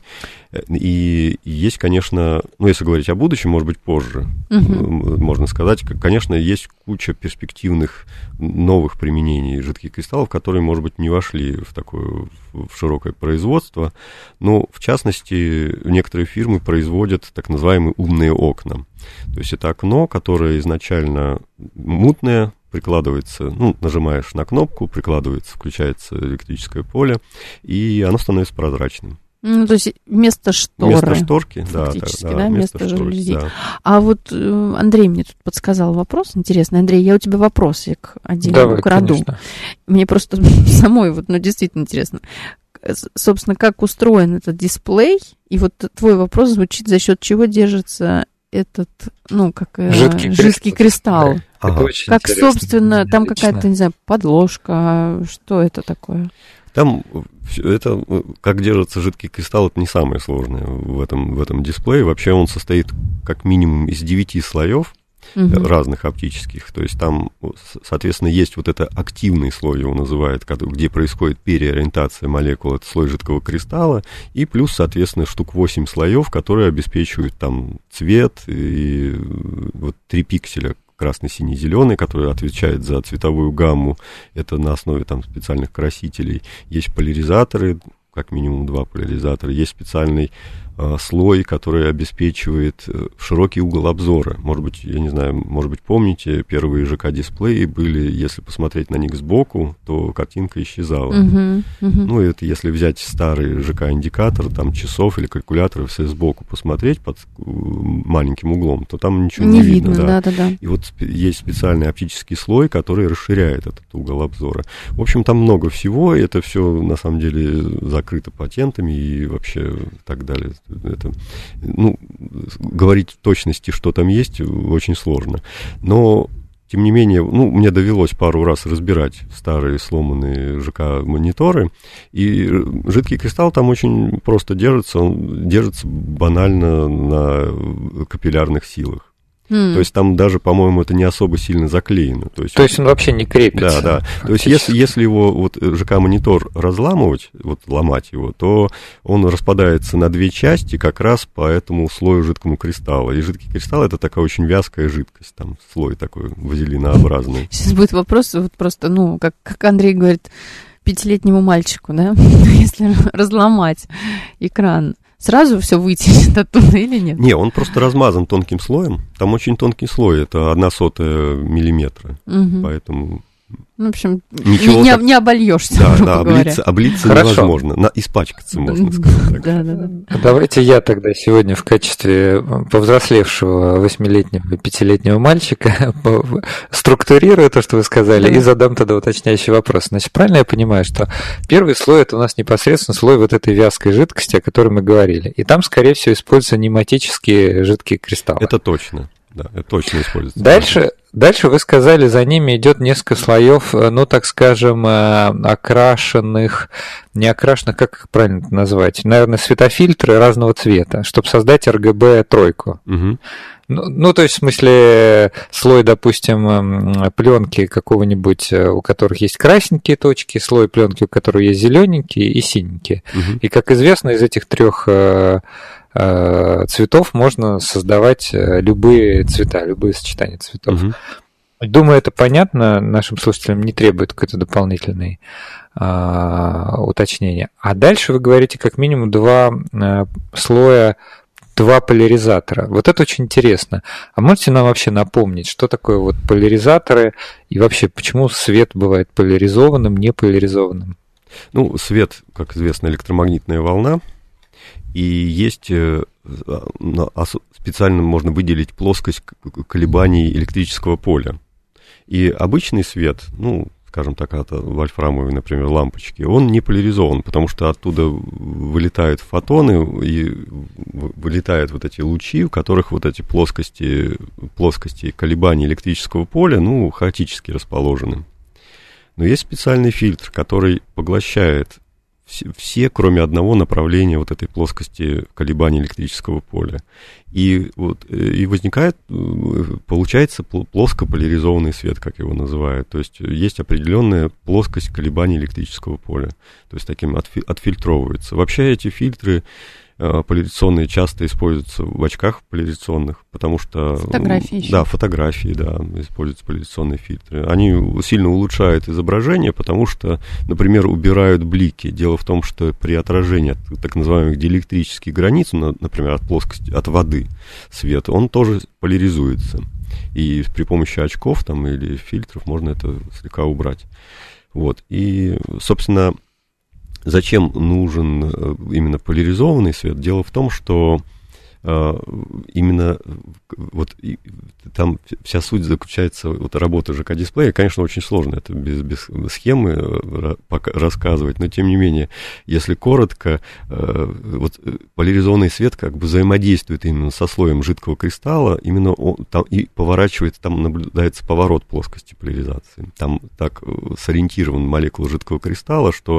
И есть, конечно, ну, если говорить о будущем, может быть, позже, uh-huh. можно сказать, конечно, есть куча перспективных новых применений жидких кристаллов, которые, может быть, не вошли в такое в широкое производство. Но, в частности, некоторые фирмы производят так называемые умные окна. То есть это окно, которое изначально мутное, прикладывается, ну, нажимаешь на кнопку, прикладывается, включается электрическое поле, и оно становится прозрачным. Ну, то есть вместо шторы. Вместо шторки, да, да, да, да, вместо, вместо жалюзи. Да. А вот Андрей мне тут подсказал вопрос интересный. Андрей, я у тебя вопросик один Давай, украду. Конечно. Мне просто самой вот, ну, действительно интересно. Собственно, как устроен этот дисплей, и вот твой вопрос звучит, за счет чего держится этот, ну, как жидкий, жидкий кристалл. Да. Ага. Как, собственно, там какая-то, не знаю, подложка, что это такое? Там это, как держится жидкий кристалл, это не самое сложное в этом, в этом дисплее. Вообще он состоит как минимум из девяти слоев uh-huh. разных оптических. То есть там, соответственно, есть вот это активный слой, его называют, где происходит переориентация молекул, это слой жидкого кристалла, и плюс, соответственно, штук восемь слоев, которые обеспечивают там цвет и вот три пикселя, красный, синий, зеленый, который отвечает за цветовую гамму. Это на основе там специальных красителей. Есть поляризаторы, как минимум два поляризатора. Есть специальный э, слой, который обеспечивает э, широкий угол обзора. Может быть, я не знаю, может быть, помните, первые ЖК-дисплеи были, если посмотреть на них сбоку, то картинка исчезала. Uh-huh, uh-huh. Ну, это если взять старый ЖК-индикатор, там, часов или калькуляторы, все сбоку посмотреть под маленьким углом, то там ничего не, не видно. видно да. Да, да, да. И вот есть специальный оптический слой, который расширяет этот угол обзора. В общем, там много всего, и это все, на самом деле, закрыто патентами и вообще так далее. Это, ну, говорить в точности, что там есть, очень сложно. Но, тем не менее, ну, мне довелось пару раз разбирать старые сломанные ЖК-мониторы, и жидкий кристалл там очень просто держится, он держится банально на капиллярных силах. Mm. То есть там даже, по-моему, это не особо сильно заклеено. То есть, То есть он вообще не крепится. Да, да. То есть если, если его вот ЖК-монитор разламывать, вот ломать его, то он распадается на две части как раз по этому слою жидкому кристалла. И жидкий кристалл — это такая очень вязкая жидкость, там слой такой вазелинообразный. Сейчас будет вопрос, вот просто, ну, как, как Андрей говорит, пятилетнему мальчику, да, если разломать экран, сразу все вытянет оттуда или нет? Не, он просто размазан тонким слоем. Там очень тонкий слой, это одна сотая миллиметра. Угу. Поэтому... Ну, в общем, не, не, не обольешься, да, да, облиться, облиться невозможно. На, испачкаться, можно сказать. Так. Да, да, да. Давайте я тогда сегодня в качестве повзрослевшего восьмилетнего, пятилетнего мальчика структурирую то, что вы сказали, да. и задам тогда уточняющий вопрос. Значит, правильно я понимаю, что первый слой — это у нас непосредственно слой вот этой вязкой жидкости, о которой мы говорили. И там, скорее всего, используются нематические жидкие кристаллы. Это точно. да, это точно используется. Дальше, дальше вы сказали, за ними идет несколько слоев, ну, так скажем, окрашенных, не окрашенных, как их правильно назвать? Наверное, светофильтры разного цвета, чтобы создать эр гэ бэ тройку. Угу. Ну, ну, то есть, в смысле, слой, допустим, пленки какого-нибудь, у которых есть красненькие точки, слой пленки, у которого есть зелененькие и синенькие. Угу. И, как известно, из этих трех цветов можно создавать любые цвета, любые сочетания цветов. Угу. Думаю, это понятно, нашим слушателям не требует какой-то дополнительной а, уточнения. А дальше вы говорите как минимум два а, слоя, два поляризатора. Вот это очень интересно. А можете нам вообще напомнить, что такое вот поляризаторы и вообще почему свет бывает поляризованным, неполяризованным? Ну, свет, как известно, электромагнитная волна. И есть специально можно выделить плоскость колебаний электрического поля. И обычный свет, ну, скажем так, от вольфрамовой, например, лампочки, он не поляризован, потому что оттуда вылетают фотоны и вылетают вот эти лучи, в которых вот эти плоскости, плоскости колебаний электрического поля, ну, хаотически расположены. Но есть специальный фильтр, который поглощает все, все, кроме одного направления вот этой плоскости колебаний электрического поля. И, вот, и возникает, получается плоскополяризованный свет, как его называют. То есть есть определенная плоскость колебаний электрического поля. То есть таким отфи- отфильтровывается. Вообще эти фильтры поляризационные часто используются в очках поляризационных, потому что... Фотографии еще. Да, фотографии, да, используются поляризационные фильтры. Они сильно улучшают изображение, потому что, например, убирают блики. Дело в том, что при отражении от так называемых диэлектрических границ, например, от плоскости, от воды свет, он тоже поляризуется. И при помощи очков там, или фильтров можно это слегка убрать. Вот. И, собственно... Зачем нужен именно поляризованный свет? Дело в том, что э, именно вот и, там вся суть заключается, вот работа ЖК-дисплея, конечно, очень сложно, это без, без схемы рассказывать, но тем не менее, если коротко, э, вот поляризованный свет как бы взаимодействует именно со слоем жидкого кристалла, именно он, там и поворачивается, там наблюдается поворот плоскости поляризации, там так сориентирован молекула жидкого кристалла, что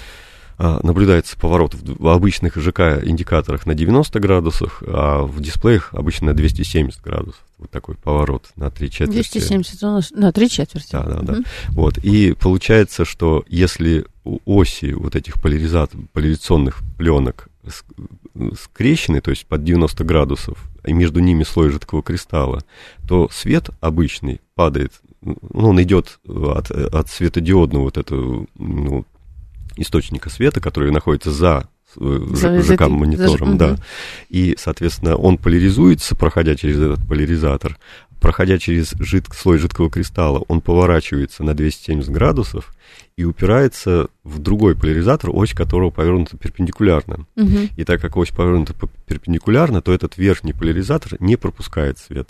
наблюдается поворот в обычных ЖК-индикаторах на девяносто градусов, а в дисплеях обычно на двести семьдесят градусов. Вот такой поворот на три четверти. двести семьдесят у нас на три четверти. Да, да, да. Угу. Вот. И получается, что если оси вот этих поляризат... поляризационных пленок скрещены, то есть под девяносто градусов, и между ними слой жидкого кристалла, то свет обычный падает, ну, он идет от, от светодиодного вот этого, ну, источника света, который находится за ЖК-монитором, да. Угу. И, соответственно, он поляризуется, проходя через этот поляризатор. Проходя через жид... слой жидкого кристалла, он поворачивается на двести семьдесят градусов и упирается в другой поляризатор, ось которого повернута перпендикулярно. Угу. И так как ось повернута перпендикулярно, то этот верхний поляризатор не пропускает свет.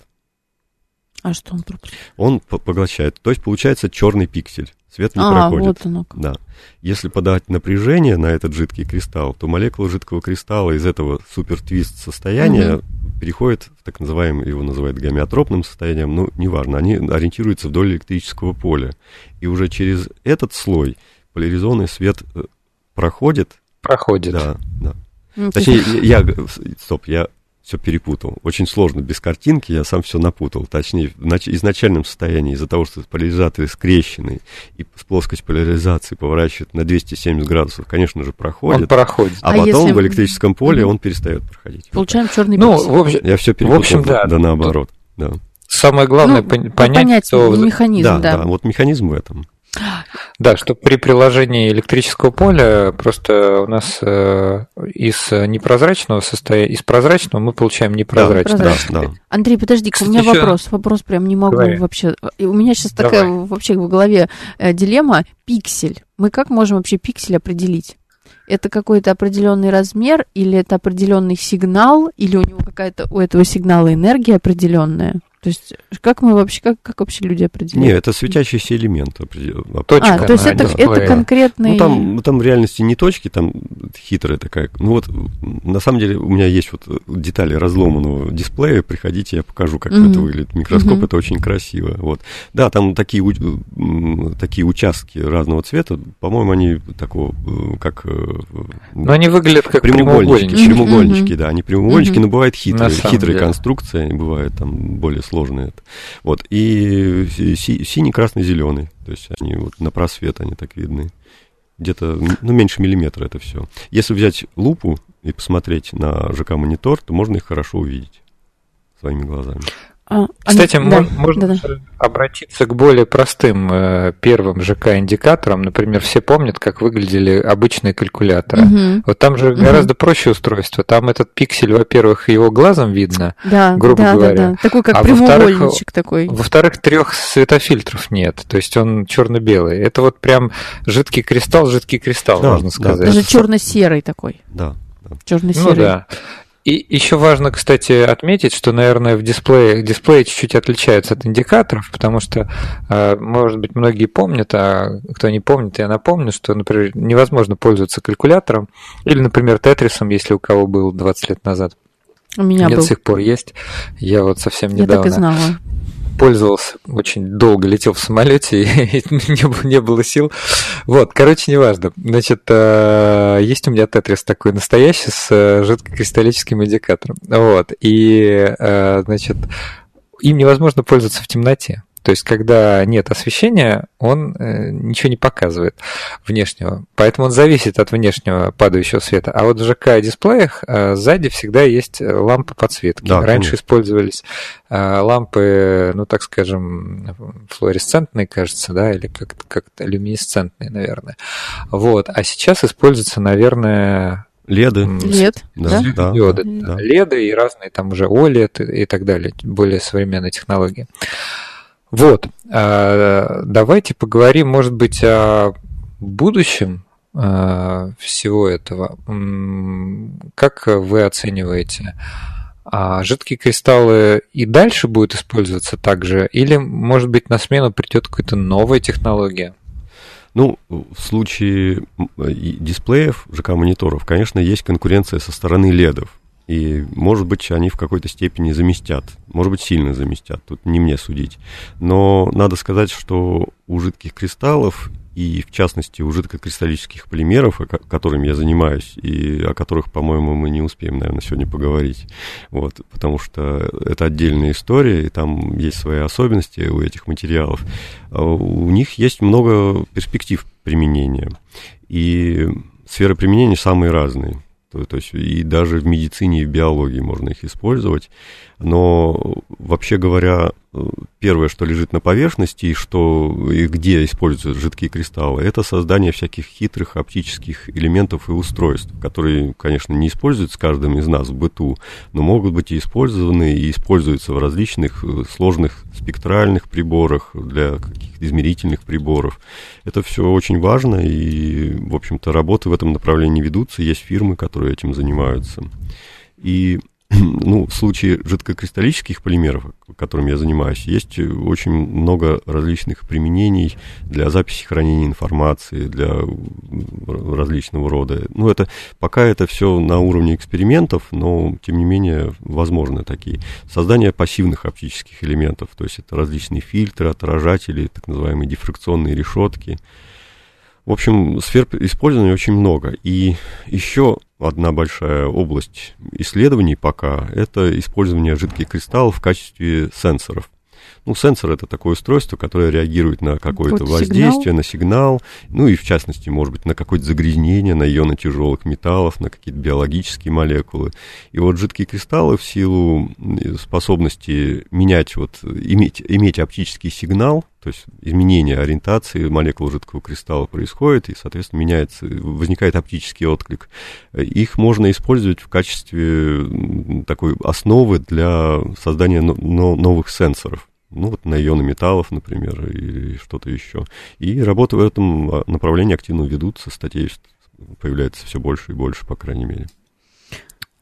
А что он пропускает? Он поглощает. То есть получается черный пиксель. Свет не а, проходит. Вот оно. Да. Если подать напряжение на этот жидкий кристалл, то молекула жидкого кристалла из этого супертвист состояния угу. переходит в так называемое, его называют гомеотропным состоянием, ну, неважно, они ориентируются вдоль электрического поля. И уже через этот слой поляризованный свет проходит. Проходит. Да, да. Ну, Точнее, я, я, стоп, я все перепутал. Очень сложно, без картинки я сам все напутал. Точнее, в нач- изначальном состоянии, из-за того, что поляризаторы скрещены, и плоскость поляризации поворачивает на двести семьдесят градусов, конечно же, проходит. Он проходит. А, а потом если... в электрическом поле mm-hmm. он перестает проходить. Получаем вот черный ну, пиксель. В общем, я все перепутал, в общем, да, да, наоборот. Да. Самое главное ну, понять, понять что... механизм, да, да. да, вот механизм в этом. Да, что при приложении электрического поля просто у нас э, из непрозрачного состояния, из прозрачного мы получаем непрозрачное. Да, да, да. Андрей, подожди-ка, у меня еще... вопрос, вопрос прям не могу Говори. вообще. У меня сейчас Давай. такая вообще в голове э, дилемма. Пиксель. Мы как можем вообще пиксель определить? Это какой-то определенный размер, или это определенный сигнал, или у него какая-то у этого сигнала энергия определенная? То есть как мы вообще, как, как вообще люди определяют? Нет, это светящийся элемент. Точка. А, то есть это, это конкретный... Ну, там, там в реальности не точки, там хитрая такая. Ну, вот, на самом деле, у меня есть вот детали разломанного дисплея. Приходите, я покажу, как mm-hmm. это выглядит. Микроскоп, mm-hmm. это очень красиво. Вот. Да, там такие, такие участки разного цвета. По-моему, они такого, как... Но они выглядят как прямоугольники. прямоугольники, прямоугольнички, mm-hmm. да. Они прямоугольнички, mm-hmm. но бывают хитрые, хитрые конструкции. Они бывают там более сложные. Вот. И си- синий, красный, зеленый. То есть они вот на просвет они так видны. Где-то, ну, меньше миллиметра это все. Если взять лупу и посмотреть на ЖК-монитор, то можно их хорошо увидеть своими глазами. А, Кстати, они... мож, да, можно да, да. обратиться к более простым э, первым ЖК-индикаторам. Например, все помнят, как выглядели обычные калькуляторы. Угу. Вот там же угу. гораздо проще устройство. Там этот пиксель, во-первых, его глазом видно, да, грубо да, говоря. Да, да. Такой, как а прямоугольничек такой. Во-вторых, трех светофильтров нет. То есть он черно-белый. Это вот прям жидкий кристалл, жидкий кристалл, да, можно сказать. Даже черно-серый такой. Да. да. Черно-серый. Ну да. И еще важно, кстати, отметить, что, наверное, в дисплее, дисплей чуть-чуть отличается от индикаторов, потому что, может быть, многие помнят, а кто не помнит, я напомню, что, например, невозможно пользоваться калькулятором или, например, тетрисом, если у кого был двадцать лет назад. У меня Нет, был. до сих пор есть. Я вот совсем недавно... Я так и знала. Пользовался, очень долго летел в самолете, и не было, не было сил. Вот, короче, неважно. Значит, есть у меня тетрис такой настоящий с жидкокристаллическим индикатором. Вот, и, значит, им невозможно пользоваться в темноте. То есть, когда нет освещения, он э, ничего не показывает внешнего. Поэтому он зависит от внешнего падающего света. А вот в ЖК-дисплеях э, сзади всегда есть лампы подсветки. Да, раньше конечно. Использовались э, лампы, ну, так скажем, флуоресцентные, кажется, да, или как-то, как-то люминесцентные, наверное. Вот. А сейчас используются, наверное... Леды. Лед, да? Да, диоды, да. Да. Леды и разные там уже о лед и, и так далее. Более современные технологии. Вот, давайте поговорим, может быть, о будущем всего этого. Как вы оцениваете? Жидкие кристаллы и дальше будут использоваться так же? Или, может быть, на смену придет какая-то новая технология? Ну, в случае дисплеев, ЖК-мониторов, конечно, есть конкуренция со стороны ледов. И, может быть, они в какой-то степени заместят. Может быть, сильно заместят. Тут не мне судить. Но надо сказать, что у жидких кристаллов, и в частности у жидкокристаллических полимеров, которыми я занимаюсь, и о которых, по-моему, мы не успеем, наверное, сегодня поговорить. Вот, потому что это отдельная история, и там есть свои особенности у этих материалов. У них есть много перспектив применения. И сферы применения самые разные. То, то есть и даже в медицине и в биологии можно их использовать. Но, вообще говоря, первое, что лежит на поверхности и, что, и где используются жидкие кристаллы, это создание всяких хитрых оптических элементов и устройств, которые, конечно, не используются каждым из нас в быту, но могут быть и использованы и используются в различных сложных спектральных приборах, для каких-то измерительных приборов. Это все очень важно, и, в общем-то, работы в этом направлении ведутся, есть фирмы, которые этим занимаются. И ну, в случае жидкокристаллических полимеров, которым я занимаюсь, есть очень много различных применений для записи хранения информации, для различного рода. Ну, это пока это все на уровне экспериментов, но, тем не менее, возможны такие. Создание пассивных оптических элементов, то есть это различные фильтры, отражатели, так называемые дифракционные решетки. В общем, сфер использования очень много. И еще одна большая область исследований пока – это использование жидких кристаллов в качестве сенсоров. Ну, сенсор – это такое устройство, которое реагирует на какое-то воздействие, сигнал. на сигнал, ну и, в частности, может быть, на какое-то загрязнение, на ионы тяжелых металлов, на какие-то биологические молекулы. И вот жидкие кристаллы в силу способности менять, вот, иметь, иметь оптический сигнал, то есть изменение ориентации молекул жидкого кристалла происходит, и, соответственно, меняется, возникает оптический отклик. Их можно использовать в качестве такой основы для создания новых сенсоров. Ну, вот на ионы металлов, например, или что-то еще. И работы в этом направлении активно ведутся, статей появляется все больше и больше, по крайней мере.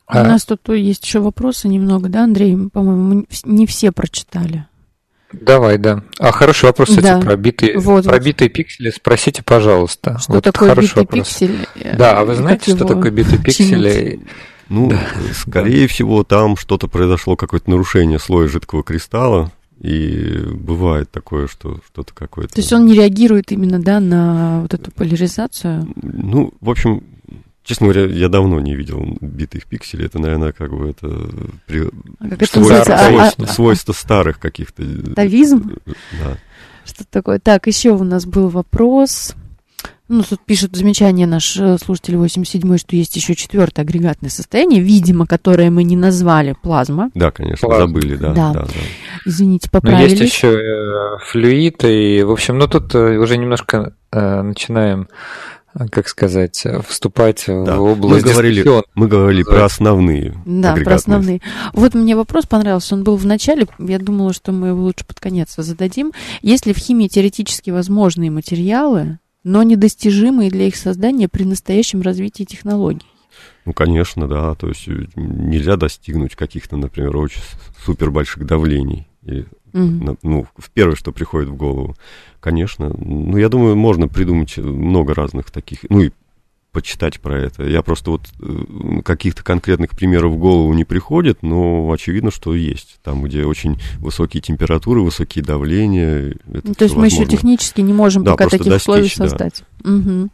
У а... нас тут есть еще вопросы немного, да, Андрей? По-моему, не все прочитали. Давай, да. А хороший вопрос, кстати, да. про битые, вот, про вот. битые пиксели. Спросите, пожалуйста. Что вот такое хороший битый вопрос. пиксель? Да, а вы знаете, что такое битые пиксели? Ну, да. скорее да. всего, там что-то произошло, какое-то нарушение слоя жидкого кристалла, и бывает такое, что что-то какое-то... То есть он не реагирует именно, да, на вот эту поляризацию? Ну, в общем... Честно говоря, я давно не видел битых пикселей. Это, наверное, как бы это, при... а как это свойство, а, свойство, а, свойство старых каких-то. Тавизм? Да. Что такое? Так, еще у нас был вопрос. Ну, тут пишет замечание наш слушатель восемьдесят седьмой, что есть еще четвертое агрегатное состояние, видимо, которое мы не назвали плазма. Да, конечно, плазма. забыли, да, да. да, да. Извините, поправились. Но есть еще э, флюид, и, в общем, ну, тут э, уже немножко э, начинаем... как сказать, вступать да. в область мы говорили, мы говорили про основные. Да, про основные. Вот мне вопрос понравился, он был в начале, я думала, что мы его лучше под конец зададим. Есть ли в химии теоретически возможные материалы, но недостижимые для их создания при настоящем развитии технологий? Ну, конечно, да, то есть нельзя достигнуть каких-то, например, очень супербольших давлений. И, mm-hmm. ну, первое, что приходит в голову, конечно. Ну, я думаю, можно придумать много разных таких, ну, и почитать про это. Я просто вот каких-то конкретных примеров в голову не приходит, но очевидно, что есть. Там, где очень высокие температуры, высокие давления. Это ну, то есть мы возможно. еще технически не можем да, пока таких достичь, условий создать. Да. Угу.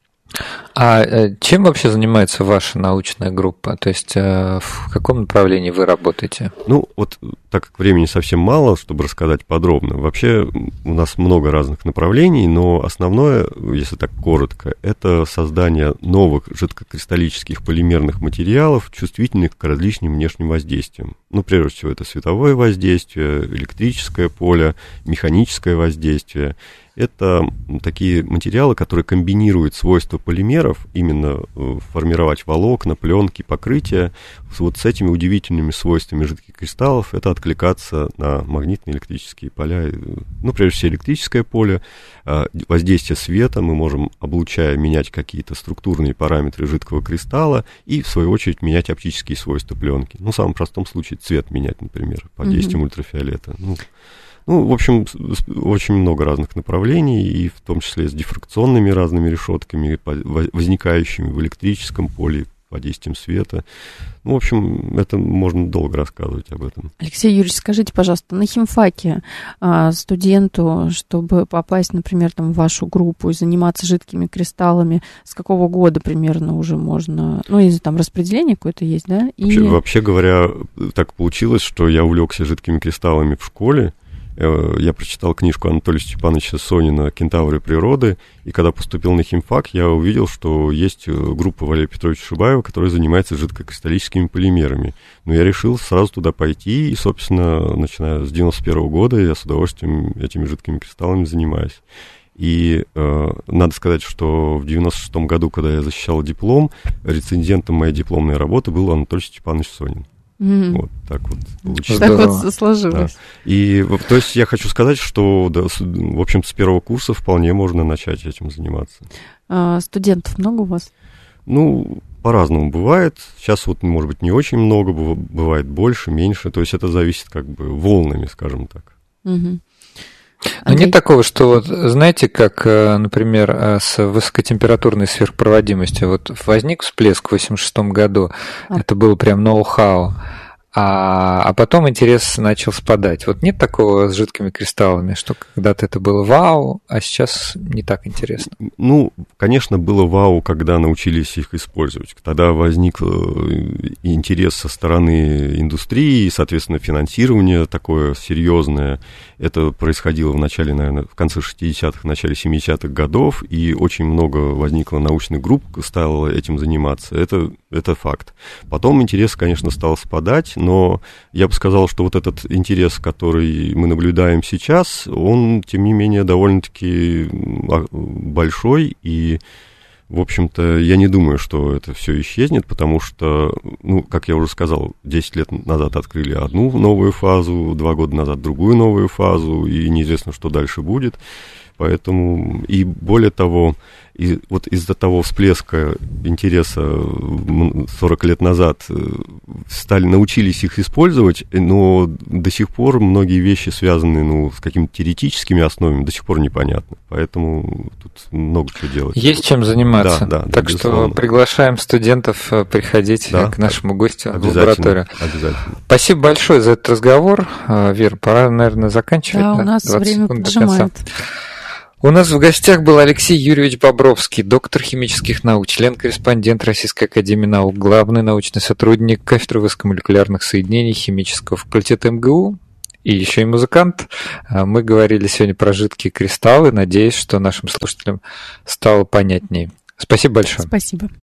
А чем вообще занимается ваша научная группа? То есть в каком направлении вы работаете? Ну, вот так как времени совсем мало, чтобы рассказать подробно, вообще у нас много разных направлений, но основное, если так коротко, это создание новых жидкокристаллических полимерных материалов, чувствительных к различным внешним воздействиям. Ну, прежде всего, это световое воздействие, электрическое поле, механическое воздействие. Это такие материалы, которые комбинируют свойства полимеров, именно формировать волокна, пленки, покрытия, вот с этими удивительными свойствами жидких кристаллов, это откликаться на магнитные электрические поля, ну, прежде всего, электрическое поле, воздействие света, мы можем, облучая, менять какие-то структурные параметры жидкого кристалла и, в свою очередь, менять оптические свойства пленки. Ну, в самом простом случае, цвет менять, например, под действием mm-hmm. ультрафиолета. Ну, Ну, в общем, очень много разных направлений, и в том числе с дифракционными разными решетками, возникающими в электрическом поле под действием света. Ну, в общем, это можно долго рассказывать об этом. Алексей Юрьевич, скажите, пожалуйста, на химфаке студенту, чтобы попасть, например, там, в вашу группу и заниматься жидкими кристаллами, с какого года примерно уже можно, ну, из-за там распределения какое-то есть, да? И... Вообще, вообще говоря, так получилось, что я увлекся жидкими кристаллами в школе. Я прочитал книжку Анатолия Степановича Сонина «Кентавры природы», и когда поступил на химфак, я увидел, что есть группа Валерия Петровича Шибаева, которая занимается жидкокристаллическими полимерами. Но я решил сразу туда пойти, и, собственно, начиная с девяносто первого года, я с удовольствием этими жидкими кристаллами занимаюсь. И э, надо сказать, что в девяносто шестом году, когда я защищал диплом, рецензентом моей дипломной работы был Анатолий Степанович Сонин. Mm-hmm. Вот так вот получилось. Так вот сложилось. Да. И, то есть, я хочу сказать, что, да, в общем-то, с первого курса вполне можно начать этим заниматься. А, студентов много у вас? Ну, по-разному бывает. Сейчас вот, может быть, не очень много, бывает больше, меньше. То есть, это зависит как бы волнами, скажем так. Mm-hmm. Но нет такого, что, вот, знаете, как, например, с высокотемпературной сверхпроводимостью, вот возник всплеск в восемьдесят шестом году, а. это было прям ноу-хау, а, а потом интерес начал спадать. Вот нет такого с жидкими кристаллами, что когда-то это было вау, а сейчас не так интересно? Ну, конечно, было вау, когда научились их использовать. Тогда возник интерес со стороны индустрии, соответственно, финансирование такое серьезное. Это происходило в начале, наверное, в конце шестидесятых, в начале семидесятых годов, и очень много возникло научных групп, стало этим заниматься. Это, это факт. Потом интерес, конечно, стал спадать, но я бы сказал, что вот этот интерес, который мы наблюдаем сейчас, он, тем не менее, довольно-таки большой, и, в общем-то, я не думаю, что это все исчезнет, потому что, ну, как я уже сказал, десять лет назад открыли одну новую фазу, два года назад другую новую фазу, и неизвестно, что дальше будет. Поэтому, и более того, и вот из-за того всплеска интереса сорок лет назад стали, научились их использовать, но до сих пор многие вещи, связанные ну, с какими-то теоретическими основами, до сих пор непонятны. Поэтому тут много чего делать. Есть чем заниматься. Да, да, так да, что безусловно. Приглашаем студентов приходить да, к нашему гостю в лабораторию. Обязательно. Спасибо большое за этот разговор. Вера, пора, наверное, заканчивать. Да, у нас время поджимает. У нас в гостях был Алексей Юрьевич Бобровский, доктор химических наук, член-корреспондент Российской академии наук, главный научный сотрудник кафедры высокомолекулярных соединений химического факультета эм гэ у и еще и музыкант. Мы говорили сегодня про жидкие кристаллы. Надеюсь, что нашим слушателям стало понятнее. Спасибо большое. Спасибо.